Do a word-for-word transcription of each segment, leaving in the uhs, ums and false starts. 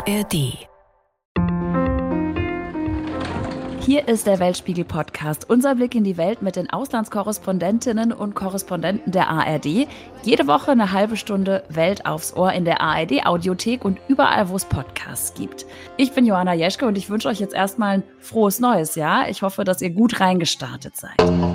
A R D. Hier ist der Weltspiegel-Podcast, unser Blick in die Welt mit den Auslandskorrespondentinnen und Korrespondenten der A R D. Jede Woche eine halbe Stunde Welt aufs Ohr in der A R D-Audiothek und überall, wo es Podcasts gibt. Ich bin Joanna Jeschke und ich wünsche euch jetzt erstmal ein frohes neues Jahr. Ich hoffe, dass ihr gut reingestartet seid.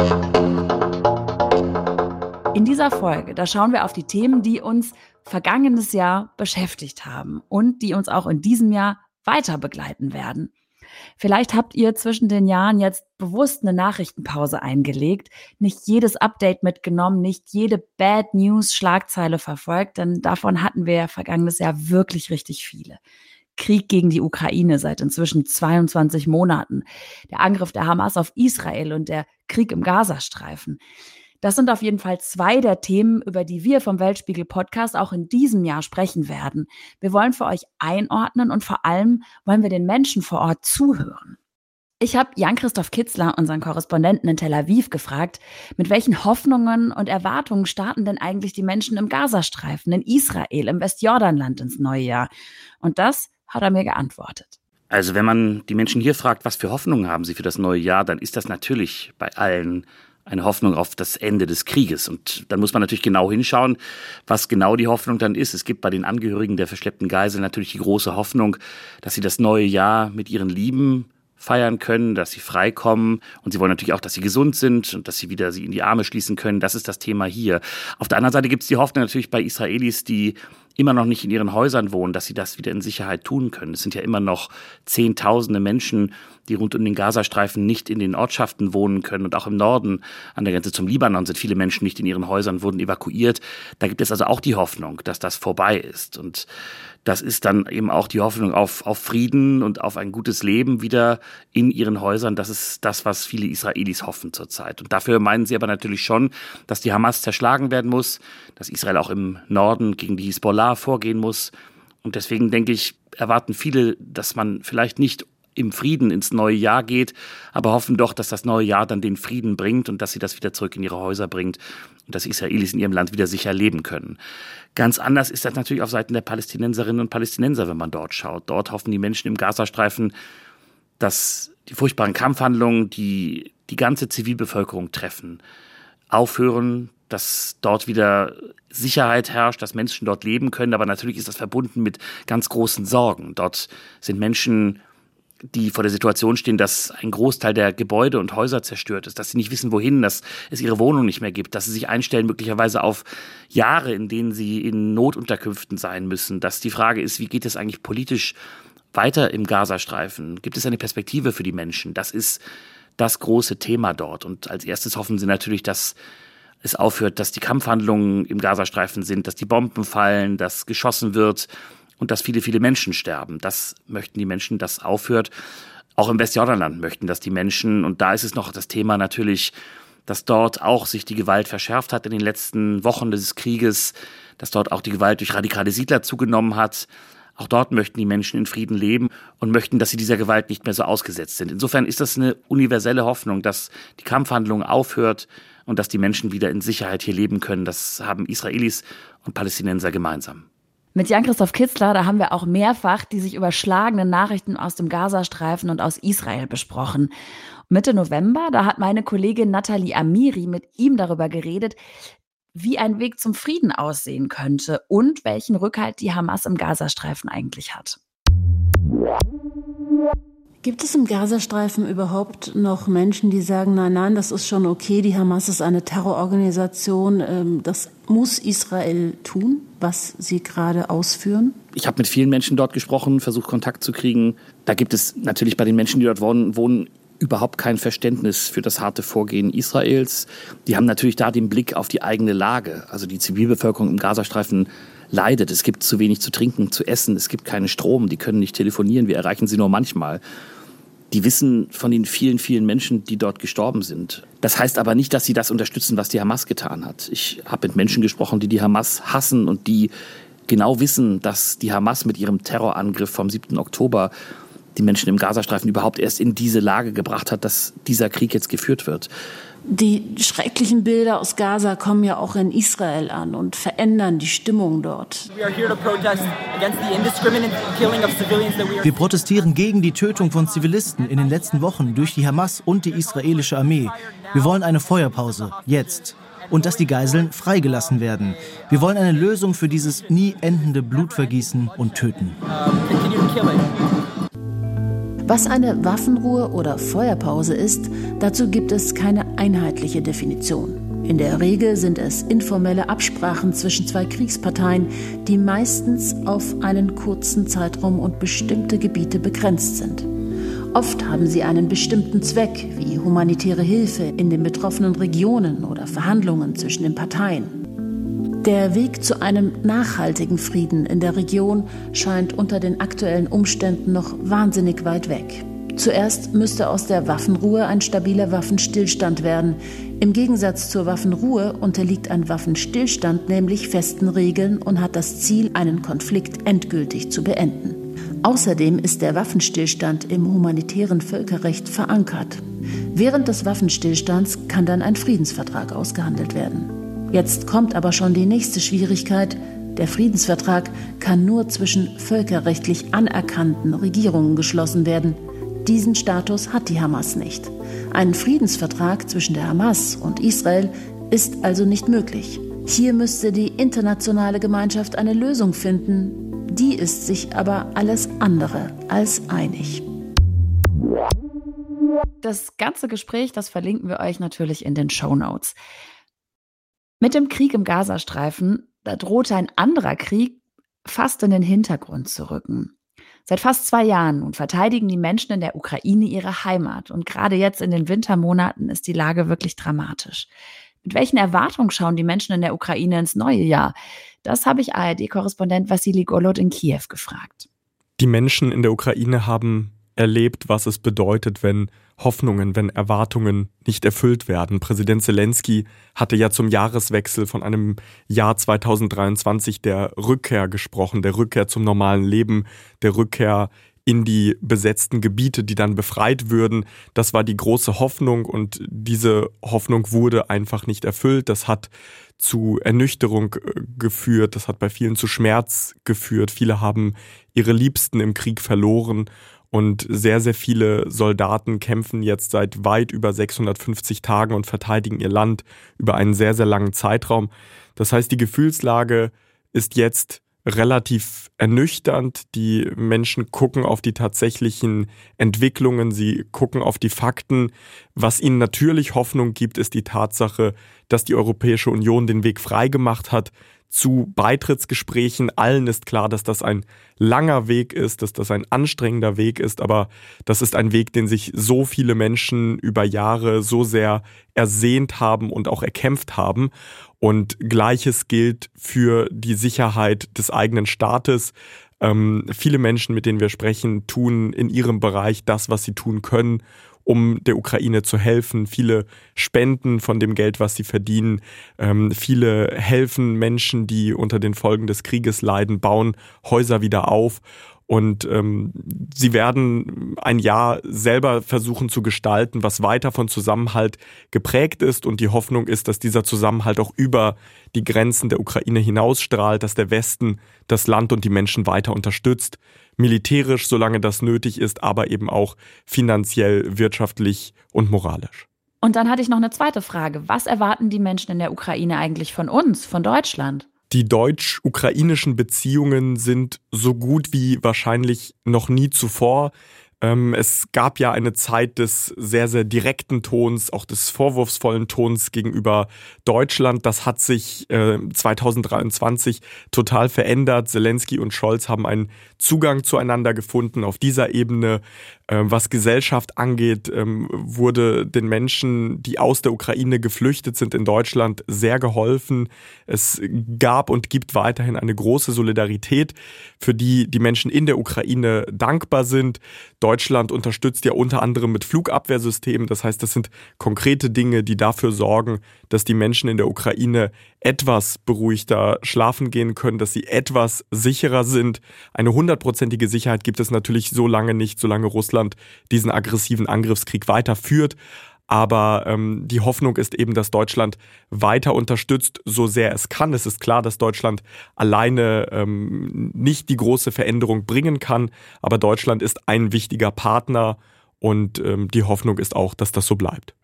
In dieser Folge, da schauen wir auf die Themen, die uns vergangenes Jahr beschäftigt haben und die uns auch in diesem Jahr weiter begleiten werden. Vielleicht habt ihr zwischen den Jahren jetzt bewusst eine Nachrichtenpause eingelegt, nicht jedes Update mitgenommen, nicht jede Bad News-Schlagzeile verfolgt, denn davon hatten wir ja vergangenes Jahr wirklich richtig viele. Krieg gegen die Ukraine seit inzwischen zweiundzwanzig Monaten, der Angriff der Hamas auf Israel und der Krieg im Gazastreifen. Das sind auf jeden Fall zwei der Themen, über die wir vom Weltspiegel-Podcast auch in diesem Jahr sprechen werden. Wir wollen für euch einordnen und vor allem wollen wir den Menschen vor Ort zuhören. Ich habe Jan-Christoph Kitzler, unseren Korrespondenten in Tel Aviv, gefragt, mit welchen Hoffnungen und Erwartungen starten denn eigentlich die Menschen im Gazastreifen, in Israel, im Westjordanland ins neue Jahr? Und das hat er mir geantwortet. Also wenn man die Menschen hier fragt, was für Hoffnungen haben sie für das neue Jahr, dann ist das natürlich bei allen eine Hoffnung auf das Ende des Krieges. Und dann muss man natürlich genau hinschauen, was genau die Hoffnung dann ist. Es gibt bei den Angehörigen der verschleppten Geiseln natürlich die große Hoffnung, dass sie das neue Jahr mit ihren Lieben feiern können, dass sie frei kommen. Und sie wollen natürlich auch, dass sie gesund sind und dass sie wieder sie in die Arme schließen können. Das ist das Thema hier. Auf der anderen Seite gibt es die Hoffnung natürlich bei Israelis, die immer noch nicht in ihren Häusern wohnen, dass sie das wieder in Sicherheit tun können. Es sind ja immer noch Zehntausende Menschen, die rund um den Gazastreifen nicht in den Ortschaften wohnen können. Und auch im Norden, an der Grenze zum Libanon, sind viele Menschen nicht in ihren Häusern, wurden evakuiert. Da gibt es also auch die Hoffnung, dass das vorbei ist. Und das ist dann eben auch die Hoffnung auf, auf Frieden und auf ein gutes Leben wieder in ihren Häusern. Das ist das, was viele Israelis hoffen zurzeit. Und dafür meinen sie aber natürlich schon, dass die Hamas zerschlagen werden muss, dass Israel auch im Norden gegen die Hisbollah vorgehen muss. Und deswegen denke ich, erwarten viele, dass man vielleicht nicht im Frieden ins neue Jahr geht, aber hoffen doch, dass das neue Jahr dann den Frieden bringt und dass sie das wieder zurück in ihre Häuser bringt und dass Israelis in ihrem Land wieder sicher leben können. Ganz anders ist das natürlich auf Seiten der Palästinenserinnen und Palästinenser, wenn man dort schaut. Dort hoffen die Menschen im Gazastreifen, dass die furchtbaren Kampfhandlungen, die die ganze Zivilbevölkerung treffen, aufhören, dass dort wieder Sicherheit herrscht, dass Menschen dort leben können. Aber natürlich ist das verbunden mit ganz großen Sorgen. Dort sind Menschen, die vor der Situation stehen, dass ein Großteil der Gebäude und Häuser zerstört ist, dass sie nicht wissen, wohin, dass es ihre Wohnung nicht mehr gibt, dass sie sich einstellen möglicherweise auf Jahre, in denen sie in Notunterkünften sein müssen. Dass die Frage ist, wie geht es eigentlich politisch weiter im Gazastreifen? Gibt es eine Perspektive für die Menschen? Das ist das große Thema dort. Und als erstes hoffen sie natürlich, dass es aufhört, dass die Kampfhandlungen im Gazastreifen sind, dass die Bomben fallen, dass geschossen wird und dass viele, viele Menschen sterben. Das möchten die Menschen, dass aufhört. Auch im Westjordanland möchten das die Menschen. Und da ist es noch das Thema natürlich, dass dort auch sich die Gewalt verschärft hat in den letzten Wochen des Krieges, dass dort auch die Gewalt durch radikale Siedler zugenommen hat. Auch dort möchten die Menschen in Frieden leben und möchten, dass sie dieser Gewalt nicht mehr so ausgesetzt sind. Insofern ist das eine universelle Hoffnung, dass die Kampfhandlung aufhört und dass die Menschen wieder in Sicherheit hier leben können. Das haben Israelis und Palästinenser gemeinsam. Mit Jan-Christoph Kitzler, da haben wir auch mehrfach die sich überschlagenen Nachrichten aus dem Gazastreifen und aus Israel besprochen. Mitte November, da hat meine Kollegin Nathalie Amiri mit ihm darüber geredet, wie ein Weg zum Frieden aussehen könnte und welchen Rückhalt die Hamas im Gazastreifen eigentlich hat. Gibt es im Gazastreifen überhaupt noch Menschen, die sagen, nein, nein, das ist schon okay, die Hamas ist eine Terrororganisation, das muss Israel tun, was sie gerade ausführen? Ich habe mit vielen Menschen dort gesprochen, versucht Kontakt zu kriegen. Da gibt es natürlich bei den Menschen, die dort wohnen, wohnen überhaupt kein Verständnis für das harte Vorgehen Israels. Die haben natürlich da den Blick auf die eigene Lage. Also die Zivilbevölkerung im Gazastreifen leidet. Es gibt zu wenig zu trinken, zu essen, es gibt keinen Strom, die können nicht telefonieren, wir erreichen sie nur manchmal. Die wissen von den vielen, vielen Menschen, die dort gestorben sind. Das heißt aber nicht, dass sie das unterstützen, was die Hamas getan hat. Ich habe mit Menschen gesprochen, die die Hamas hassen und die genau wissen, dass die Hamas mit ihrem Terrorangriff vom siebten Oktober die Menschen im Gazastreifen überhaupt erst in diese Lage gebracht hat, dass dieser Krieg jetzt geführt wird. Die schrecklichen Bilder aus Gaza kommen ja auch in Israel an und verändern die Stimmung dort. Wir protestieren gegen die Tötung von Zivilisten in den letzten Wochen durch die Hamas und die israelische Armee. Wir wollen eine Feuerpause, jetzt. Und dass die Geiseln freigelassen werden. Wir wollen eine Lösung für dieses nie endende Blutvergießen und Töten. Was eine Waffenruhe oder Feuerpause ist, dazu gibt es keine einheitliche Definition. In der Regel sind es informelle Absprachen zwischen zwei Kriegsparteien, die meistens auf einen kurzen Zeitraum und bestimmte Gebiete begrenzt sind. Oft haben sie einen bestimmten Zweck, wie humanitäre Hilfe in den betroffenen Regionen oder Verhandlungen zwischen den Parteien. Der Weg zu einem nachhaltigen Frieden in der Region scheint unter den aktuellen Umständen noch wahnsinnig weit weg. Zuerst müsste aus der Waffenruhe ein stabiler Waffenstillstand werden. Im Gegensatz zur Waffenruhe unterliegt ein Waffenstillstand nämlich festen Regeln und hat das Ziel, einen Konflikt endgültig zu beenden. Außerdem ist der Waffenstillstand im humanitären Völkerrecht verankert. Während des Waffenstillstands kann dann ein Friedensvertrag ausgehandelt werden. Jetzt kommt aber schon die nächste Schwierigkeit. Der Friedensvertrag kann nur zwischen völkerrechtlich anerkannten Regierungen geschlossen werden. Diesen Status hat die Hamas nicht. Ein Friedensvertrag zwischen der Hamas und Israel ist also nicht möglich. Hier müsste die internationale Gemeinschaft eine Lösung finden. Die ist sich aber alles andere als einig. Das ganze Gespräch, das verlinken wir euch natürlich in den Shownotes. Mit dem Krieg im Gazastreifen, da drohte ein anderer Krieg fast in den Hintergrund zu rücken. Seit fast zwei Jahren nun verteidigen die Menschen in der Ukraine ihre Heimat. Und gerade jetzt in den Wintermonaten ist die Lage wirklich dramatisch. Mit welchen Erwartungen schauen die Menschen in der Ukraine ins neue Jahr? Das habe ich A R D-Korrespondent Wassili Golod in Kiew gefragt. Die Menschen in der Ukraine haben erlebt, was es bedeutet, wenn Hoffnungen, wenn Erwartungen nicht erfüllt werden. Präsident Zelensky hatte ja zum Jahreswechsel von einem Jahr zweitausenddreiundzwanzig der Rückkehr gesprochen, der Rückkehr zum normalen Leben, der Rückkehr in die besetzten Gebiete, die dann befreit würden. Das war die große Hoffnung und diese Hoffnung wurde einfach nicht erfüllt. Das hat zu Ernüchterung geführt, das hat bei vielen zu Schmerz geführt. Viele haben ihre Liebsten im Krieg verloren. Und sehr, sehr viele Soldaten kämpfen jetzt seit weit über sechshundertfünfzig Tagen und verteidigen ihr Land über einen sehr, sehr langen Zeitraum. Das heißt, die Gefühlslage ist jetzt relativ ernüchternd. Die Menschen gucken auf die tatsächlichen Entwicklungen, sie gucken auf die Fakten. Was ihnen natürlich Hoffnung gibt, ist die Tatsache, dass die Europäische Union den Weg freigemacht hat zu Beitrittsgesprächen. Allen ist klar, dass das ein langer Weg ist, dass das ein anstrengender Weg ist, aber das ist ein Weg, den sich so viele Menschen über Jahre so sehr ersehnt haben und auch erkämpft haben. Und Gleiches gilt für die Sicherheit des eigenen Staates. Ähm, viele Menschen, mit denen wir sprechen, tun in ihrem Bereich das, was sie tun können, um der Ukraine zu helfen. Viele spenden von dem Geld, was sie verdienen. Ähm, viele helfen Menschen, die unter den Folgen des Krieges leiden, bauen Häuser wieder auf. Und ähm, sie werden ein Jahr selber versuchen zu gestalten, was weiter von Zusammenhalt geprägt ist. Und die Hoffnung ist, dass dieser Zusammenhalt auch über die Grenzen der Ukraine hinausstrahlt, dass der Westen das Land und die Menschen weiter unterstützt. Militärisch, solange das nötig ist, aber eben auch finanziell, wirtschaftlich und moralisch. Und dann hatte ich noch eine zweite Frage. Was erwarten die Menschen in der Ukraine eigentlich von uns, von Deutschland? Die deutsch-ukrainischen Beziehungen sind so gut wie wahrscheinlich noch nie zuvor. Es gab ja eine Zeit des sehr, sehr direkten Tons, auch des vorwurfsvollen Tons gegenüber Deutschland. Das hat sich zweitausenddreiundzwanzig total verändert. Zelensky und Scholz haben einen Zugang zueinander gefunden auf dieser Ebene. Was Gesellschaft angeht, wurde den Menschen, die aus der Ukraine geflüchtet sind in Deutschland, sehr geholfen. Es gab und gibt weiterhin eine große Solidarität, für die die Menschen in der Ukraine dankbar sind. Deutschland unterstützt ja unter anderem mit Flugabwehrsystemen. Das heißt, das sind konkrete Dinge, die dafür sorgen, dass die Menschen in der Ukraine etwas beruhigter schlafen gehen können, dass sie etwas sicherer sind. Eine hundertprozentige Sicherheit gibt es natürlich so lange nicht, solange Russland diesen aggressiven Angriffskrieg weiterführt. Aber ähm, die Hoffnung ist eben, dass Deutschland weiter unterstützt, so sehr es kann. Es ist klar, dass Deutschland alleine ähm, nicht die große Veränderung bringen kann. Aber Deutschland ist ein wichtiger Partner und ähm, die Hoffnung ist auch, dass das so bleibt.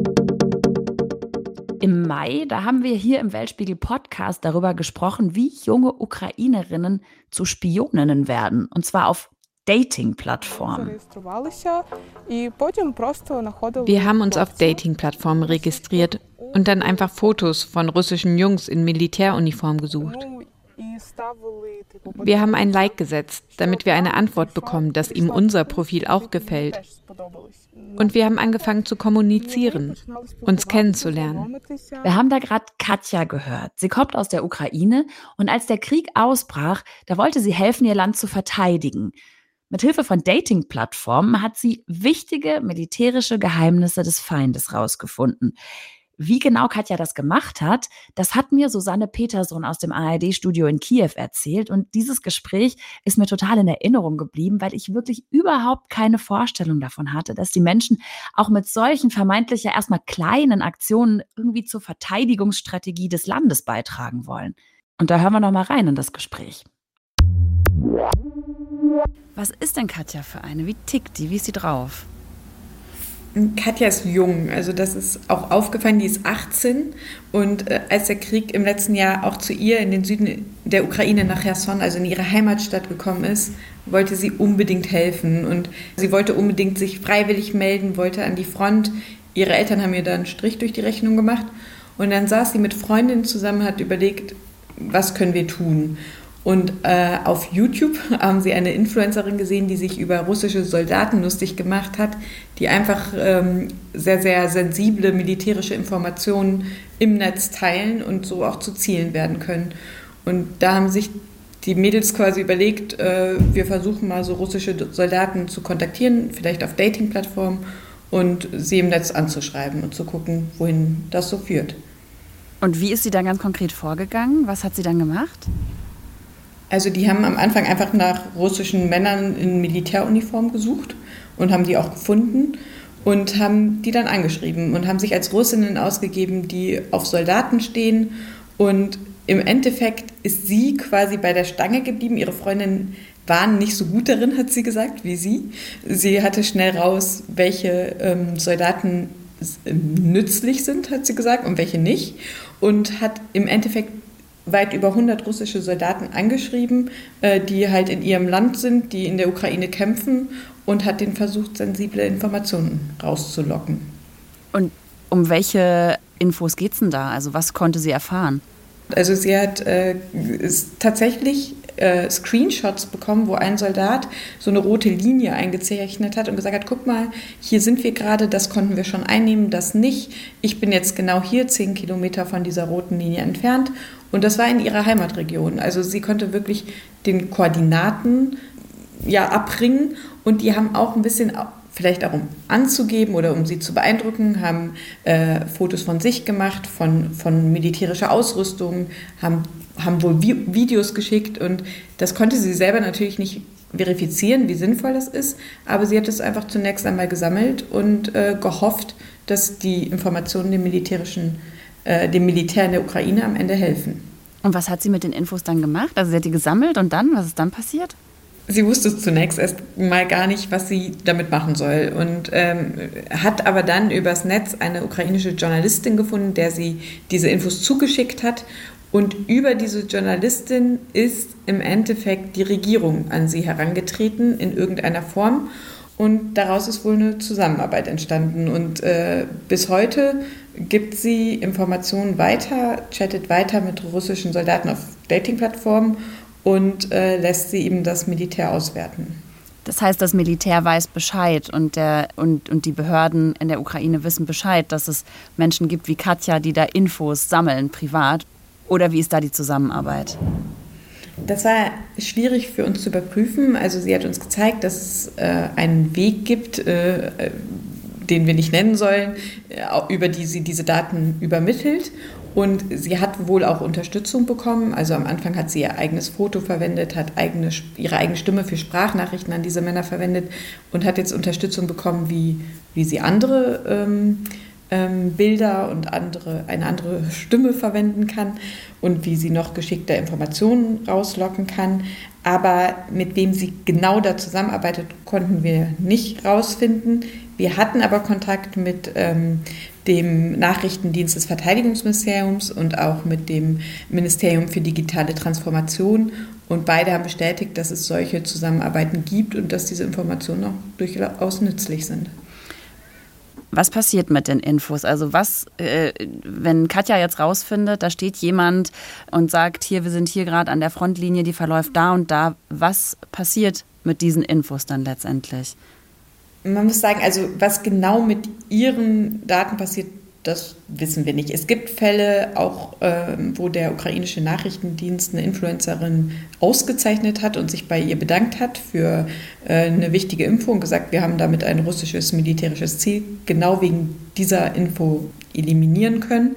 Im Mai, da haben wir hier im Weltspiegel-Podcast darüber gesprochen, wie junge Ukrainerinnen zu Spioninnen werden. Und zwar auf Dating-Plattformen. Wir haben uns auf Dating-Plattformen registriert und dann einfach Fotos von russischen Jungs in Militäruniform gesucht. Wir haben ein Like gesetzt, damit wir eine Antwort bekommen, dass ihm unser Profil auch gefällt. Und wir haben angefangen zu kommunizieren, uns kennenzulernen. Wir haben da gerade Katja gehört. Sie kommt aus der Ukraine und als der Krieg ausbrach, da wollte sie helfen, ihr Land zu verteidigen. Mit Hilfe von Dating-Plattformen hat sie wichtige militärische Geheimnisse des Feindes rausgefunden. Wie genau Katja das gemacht hat, das hat mir Susanne Peterson aus dem A R D-Studio in Kiew erzählt. Und dieses Gespräch ist mir total in Erinnerung geblieben, weil ich wirklich überhaupt keine Vorstellung davon hatte, dass die Menschen auch mit solchen vermeintlich ja erstmal kleinen Aktionen irgendwie zur Verteidigungsstrategie des Landes beitragen wollen. Und da hören wir noch mal rein in das Gespräch. Was ist denn Katja für eine? Wie tickt die? Wie ist sie drauf? Katja ist jung, also das ist auch aufgefallen, die ist achtzehn und äh, als der Krieg im letzten Jahr auch zu ihr in den Süden der Ukraine nach Cherson, also in ihre Heimatstadt gekommen ist, wollte sie unbedingt helfen und sie wollte unbedingt sich freiwillig melden, wollte an die Front. Ihre Eltern haben ihr da einen Strich durch die Rechnung gemacht und dann saß sie mit Freundinnen zusammen, hat überlegt, was können wir tun? Und äh, auf YouTube haben sie eine Influencerin gesehen, die sich über russische Soldaten lustig gemacht hat, die einfach ähm, sehr, sehr sensible militärische Informationen im Netz teilen und so auch zu Zielen werden können. Und da haben sich die Mädels quasi überlegt, äh, wir versuchen mal so russische Soldaten zu kontaktieren, vielleicht auf Dating-Plattformen und sie im Netz anzuschreiben und zu gucken, wohin das so führt. Und wie ist sie dann ganz konkret vorgegangen? Was hat sie dann gemacht? Also die haben am Anfang einfach nach russischen Männern in Militäruniform gesucht und haben die auch gefunden und haben die dann angeschrieben und haben sich als Russinnen ausgegeben, die auf Soldaten stehen. Und im Endeffekt ist sie quasi bei der Stange geblieben. Ihre Freundinnen waren nicht so gut darin, hat sie gesagt, wie sie. Sie hatte schnell raus, welche ähm, Soldaten nützlich sind, hat sie gesagt, und welche nicht. Und hat im Endeffekt weit über hundert russische Soldaten angeschrieben, die halt in ihrem Land sind, die in der Ukraine kämpfen und hat denen versucht, sensible Informationen rauszulocken. Und um welche Infos geht es denn da? Also was konnte sie erfahren? Also sie hat äh, tatsächlich äh, Screenshots bekommen, wo ein Soldat so eine rote Linie eingezeichnet hat und gesagt hat, guck mal, hier sind wir gerade, das konnten wir schon einnehmen, das nicht. Ich bin jetzt genau hier, zehn Kilometer von dieser roten Linie entfernt. Und das war in ihrer Heimatregion. Also sie konnte wirklich den Koordinaten ja, abbringen und die haben auch ein bisschen, vielleicht auch um anzugeben oder um sie zu beeindrucken, haben äh, Fotos von sich gemacht, von, von militärischer Ausrüstung, haben, haben wohl Vi- Videos geschickt und das konnte sie selber natürlich nicht verifizieren, wie sinnvoll das ist, aber sie hat es einfach zunächst einmal gesammelt und äh, gehofft, dass die Informationen dem militärischen dem Militär in der Ukraine am Ende helfen. Und was hat sie mit den Infos dann gemacht? Also sie hat die gesammelt und dann, was ist dann passiert? Sie wusste zunächst erst mal gar nicht, was sie damit machen soll und ähm, hat aber dann übers Netz eine ukrainische Journalistin gefunden, der sie diese Infos zugeschickt hat und über diese Journalistin ist im Endeffekt die Regierung an sie herangetreten in irgendeiner Form. Und daraus ist wohl eine Zusammenarbeit entstanden. Und äh, bis heute gibt sie Informationen weiter, chattet weiter mit russischen Soldaten auf Dating-Plattformen und äh, lässt sie eben das Militär auswerten. Das heißt, das Militär weiß Bescheid und, der, und, und die Behörden in der Ukraine wissen Bescheid, dass es Menschen gibt wie Katja, die da Infos sammeln, privat. Oder wie ist da die Zusammenarbeit? Das war schwierig für uns zu überprüfen. Also sie hat uns gezeigt, dass es äh, einen Weg gibt, äh, den wir nicht nennen sollen, äh, über die sie diese Daten übermittelt. Und sie hat wohl auch Unterstützung bekommen. Also am Anfang hat sie ihr eigenes Foto verwendet, hat eigene, ihre eigene Stimme für Sprachnachrichten an diese Männer verwendet und hat jetzt Unterstützung bekommen, wie, wie sie andere ähm, ähm, Bilder und andere, eine andere Stimme verwenden kann und wie sie noch geschickter Informationen rauslocken kann. Aber mit wem sie genau da zusammenarbeitet, konnten wir nicht rausfinden. Wir hatten aber Kontakt mit ähm, dem Nachrichtendienst des Verteidigungsministeriums und auch mit dem Ministerium für digitale Transformation. Und beide haben bestätigt, dass es solche Zusammenarbeiten gibt und dass diese Informationen auch durchaus nützlich sind. Was passiert mit den Infos? Also was, äh, wenn Katja jetzt rausfindet, da steht jemand und sagt, hier, wir sind hier gerade an der Frontlinie, die verläuft da und da. Was passiert mit diesen Infos dann letztendlich? Man muss sagen, also was genau mit ihren Daten passiert, das wissen wir nicht. Es gibt Fälle auch, äh, wo der ukrainische Nachrichtendienst eine Influencerin ausgezeichnet hat und sich bei ihr bedankt hat für äh, eine wichtige Info und gesagt, wir haben damit ein russisches militärisches Ziel genau wegen dieser Info eliminieren können.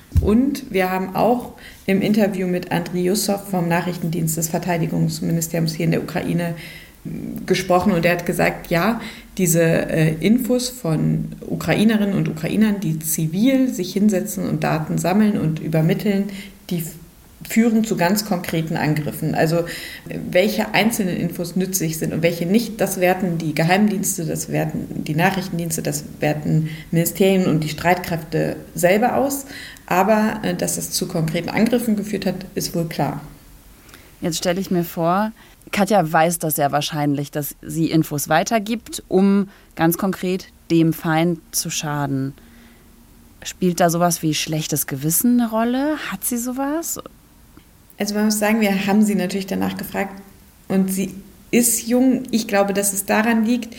Und wir haben auch im Interview mit Andriy Jussow vom Nachrichtendienst des Verteidigungsministeriums hier in der Ukraine gesprochen und er hat gesagt, ja, diese äh, Infos von Ukrainerinnen und Ukrainern, die zivil sich hinsetzen und Daten sammeln und übermitteln, die f- führen zu ganz konkreten Angriffen. Also welche einzelnen Infos nützlich sind und welche nicht, das werten die Geheimdienste, das werten die Nachrichtendienste, das werten Ministerien und die Streitkräfte selber aus. Aber äh, dass es zu konkreten Angriffen geführt hat, ist wohl klar. Jetzt stelle ich mir vor, Katja weiß das ja wahrscheinlich, dass sie Infos weitergibt, um ganz konkret dem Feind zu schaden. Spielt da sowas wie schlechtes Gewissen eine Rolle? Hat sie sowas? Also man muss sagen, wir haben sie natürlich danach gefragt und sie ist jung. Ich glaube, dass es daran liegt,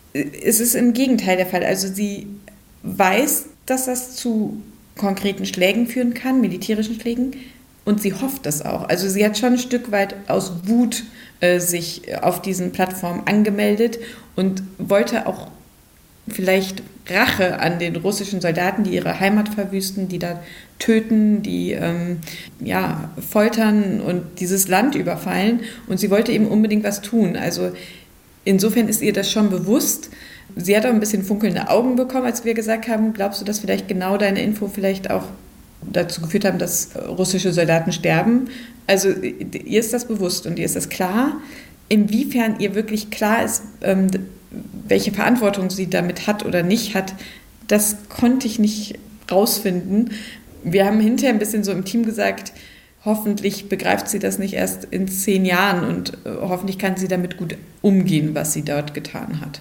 es ist im Gegenteil der Fall. Also sie weiß, dass das zu konkreten Schlägen führen kann, militärischen Schlägen. Und sie hofft das auch. Also sie hat schon ein Stück weit aus Wut äh, sich auf diesen Plattformen angemeldet und wollte auch vielleicht Rache an den russischen Soldaten, die ihre Heimat verwüsten, die da töten, die ähm, ja, foltern und dieses Land überfallen. Und sie wollte eben unbedingt was tun. Also insofern ist ihr das schon bewusst. Sie hat auch ein bisschen funkelnde Augen bekommen, als wir gesagt haben, glaubst du, dass vielleicht genau deine Info vielleicht auch dazu geführt haben, dass russische Soldaten sterben. Also ihr ist das bewusst und ihr ist das klar. Inwiefern ihr wirklich klar ist, ähm, welche Verantwortung sie damit hat oder nicht hat, das konnte ich nicht rausfinden. Wir haben hinterher ein bisschen so im Team gesagt, hoffentlich begreift sie das nicht erst in zehn Jahren und äh, hoffentlich kann sie damit gut umgehen, was sie dort getan hat.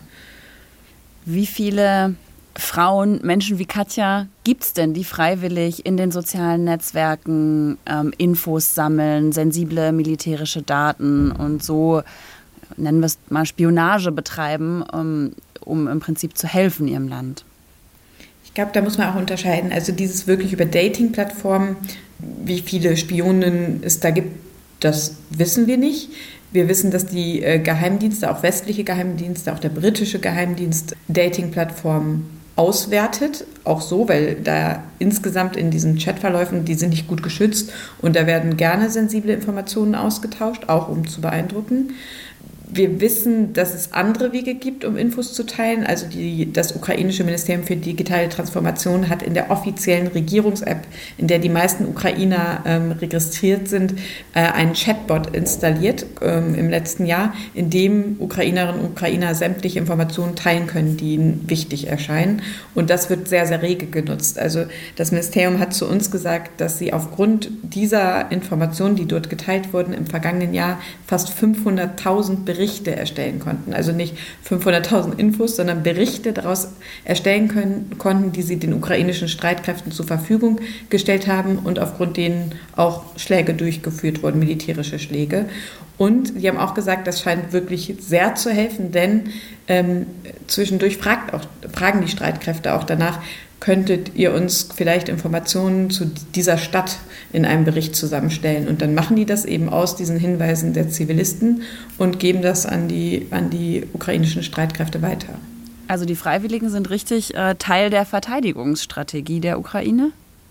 Wie viele Frauen, Menschen wie Katja, gibt es denn, die freiwillig in den sozialen Netzwerken ähm, Infos sammeln, sensible militärische Daten und so, nennen wir es mal Spionage betreiben, um, um im Prinzip zu helfen ihrem Land? Ich glaube, da muss man auch unterscheiden. Also dieses wirklich über Dating-Plattformen, wie viele Spioninnen es da gibt, das wissen wir nicht. Wir wissen, dass die äh, Geheimdienste, auch westliche Geheimdienste, auch der britische Geheimdienst, Dating-Plattformen auswertet, auch so, weil da insgesamt in diesen Chatverläufen, die sind nicht gut geschützt und da werden gerne sensible Informationen ausgetauscht, auch um zu beeindrucken. Wir wissen, dass es andere Wege gibt, um Infos zu teilen. Also die, das ukrainische Ministerium für digitale Transformation hat in der offiziellen Regierungs-App, in der die meisten Ukrainer ähm, registriert sind, äh, einen Chatbot installiert ähm, im letzten Jahr, in dem Ukrainerinnen und Ukrainer sämtliche Informationen teilen können, die ihnen wichtig erscheinen. Und das wird sehr, sehr rege genutzt. Also das Ministerium hat zu uns gesagt, dass sie aufgrund dieser Informationen, die dort geteilt wurden, im vergangenen Jahr fast fünfhunderttausend Berichte erstellen konnten. Also nicht fünfhunderttausend Infos, sondern Berichte daraus erstellen können, konnten, die sie den ukrainischen Streitkräften zur Verfügung gestellt haben und aufgrund denen auch Schläge durchgeführt wurden, militärische Schläge. Und sie haben auch gesagt, das scheint wirklich sehr zu helfen, denn ähm, zwischendurch fragt auch, fragen die Streitkräfte auch danach, könntet ihr uns vielleicht Informationen zu dieser Stadt in einem Bericht zusammenstellen? Und dann machen die das eben aus diesen Hinweisen der Zivilisten und geben das an die, an die ukrainischen Streitkräfte weiter. Also die Freiwilligen sind richtig äh, Teil der Verteidigungsstrategie der Ukraine?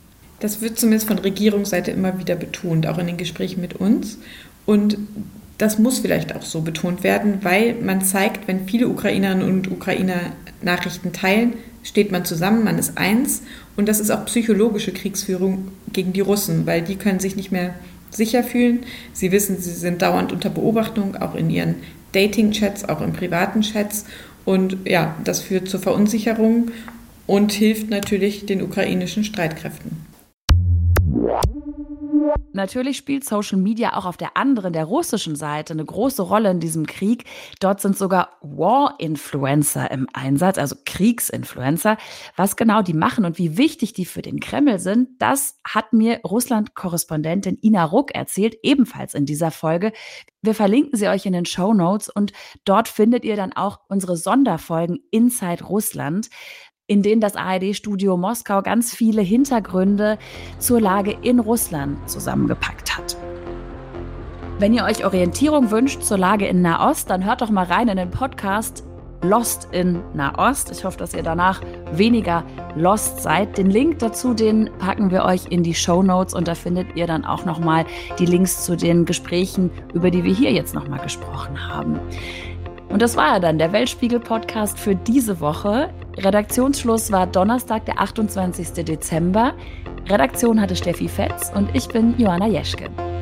Das wird zumindest von Regierungsseite immer wieder betont, auch in den Gesprächen mit uns. Und das muss vielleicht auch so betont werden, weil man zeigt, wenn viele Ukrainerinnen und Ukrainer Nachrichten teilen, steht man zusammen, man ist eins. Und das ist auch psychologische Kriegsführung gegen die Russen, weil die können sich nicht mehr sicher fühlen. Sie wissen, sie sind dauernd unter Beobachtung, auch in ihren Dating-Chats, auch in privaten Chats. Und ja, das führt zur Verunsicherung und hilft natürlich den ukrainischen Streitkräften. Natürlich spielt Social Media auch auf der anderen, der russischen Seite eine große Rolle in diesem Krieg. Dort sind sogar War-Influencer im Einsatz, also Kriegsinfluencer. Was genau die machen und wie wichtig die für den Kreml sind, das hat mir Russland-Korrespondentin Ina Ruck erzählt, ebenfalls in dieser Folge. Wir verlinken sie euch in den Shownotes und dort findet ihr dann auch unsere Sonderfolgen Inside Russland, in denen das A R D-Studio Moskau ganz viele Hintergründe zur Lage in Russland zusammengepackt hat. Wenn ihr euch Orientierung wünscht zur Lage in Nahost, dann hört doch mal rein in den Podcast Lost in Nahost. Ich hoffe, dass ihr danach weniger lost seid. Den Link dazu, den packen wir euch in die Shownotes und da findet ihr dann auch nochmal die Links zu den Gesprächen, über die wir hier jetzt nochmal gesprochen haben. Und das war ja dann der Weltspiegel-Podcast für diese Woche. Redaktionsschluss war Donnerstag, der achtundzwanzigsten Dezember. Redaktion hatte Steffi Fetz und ich bin Joanna Jeschke.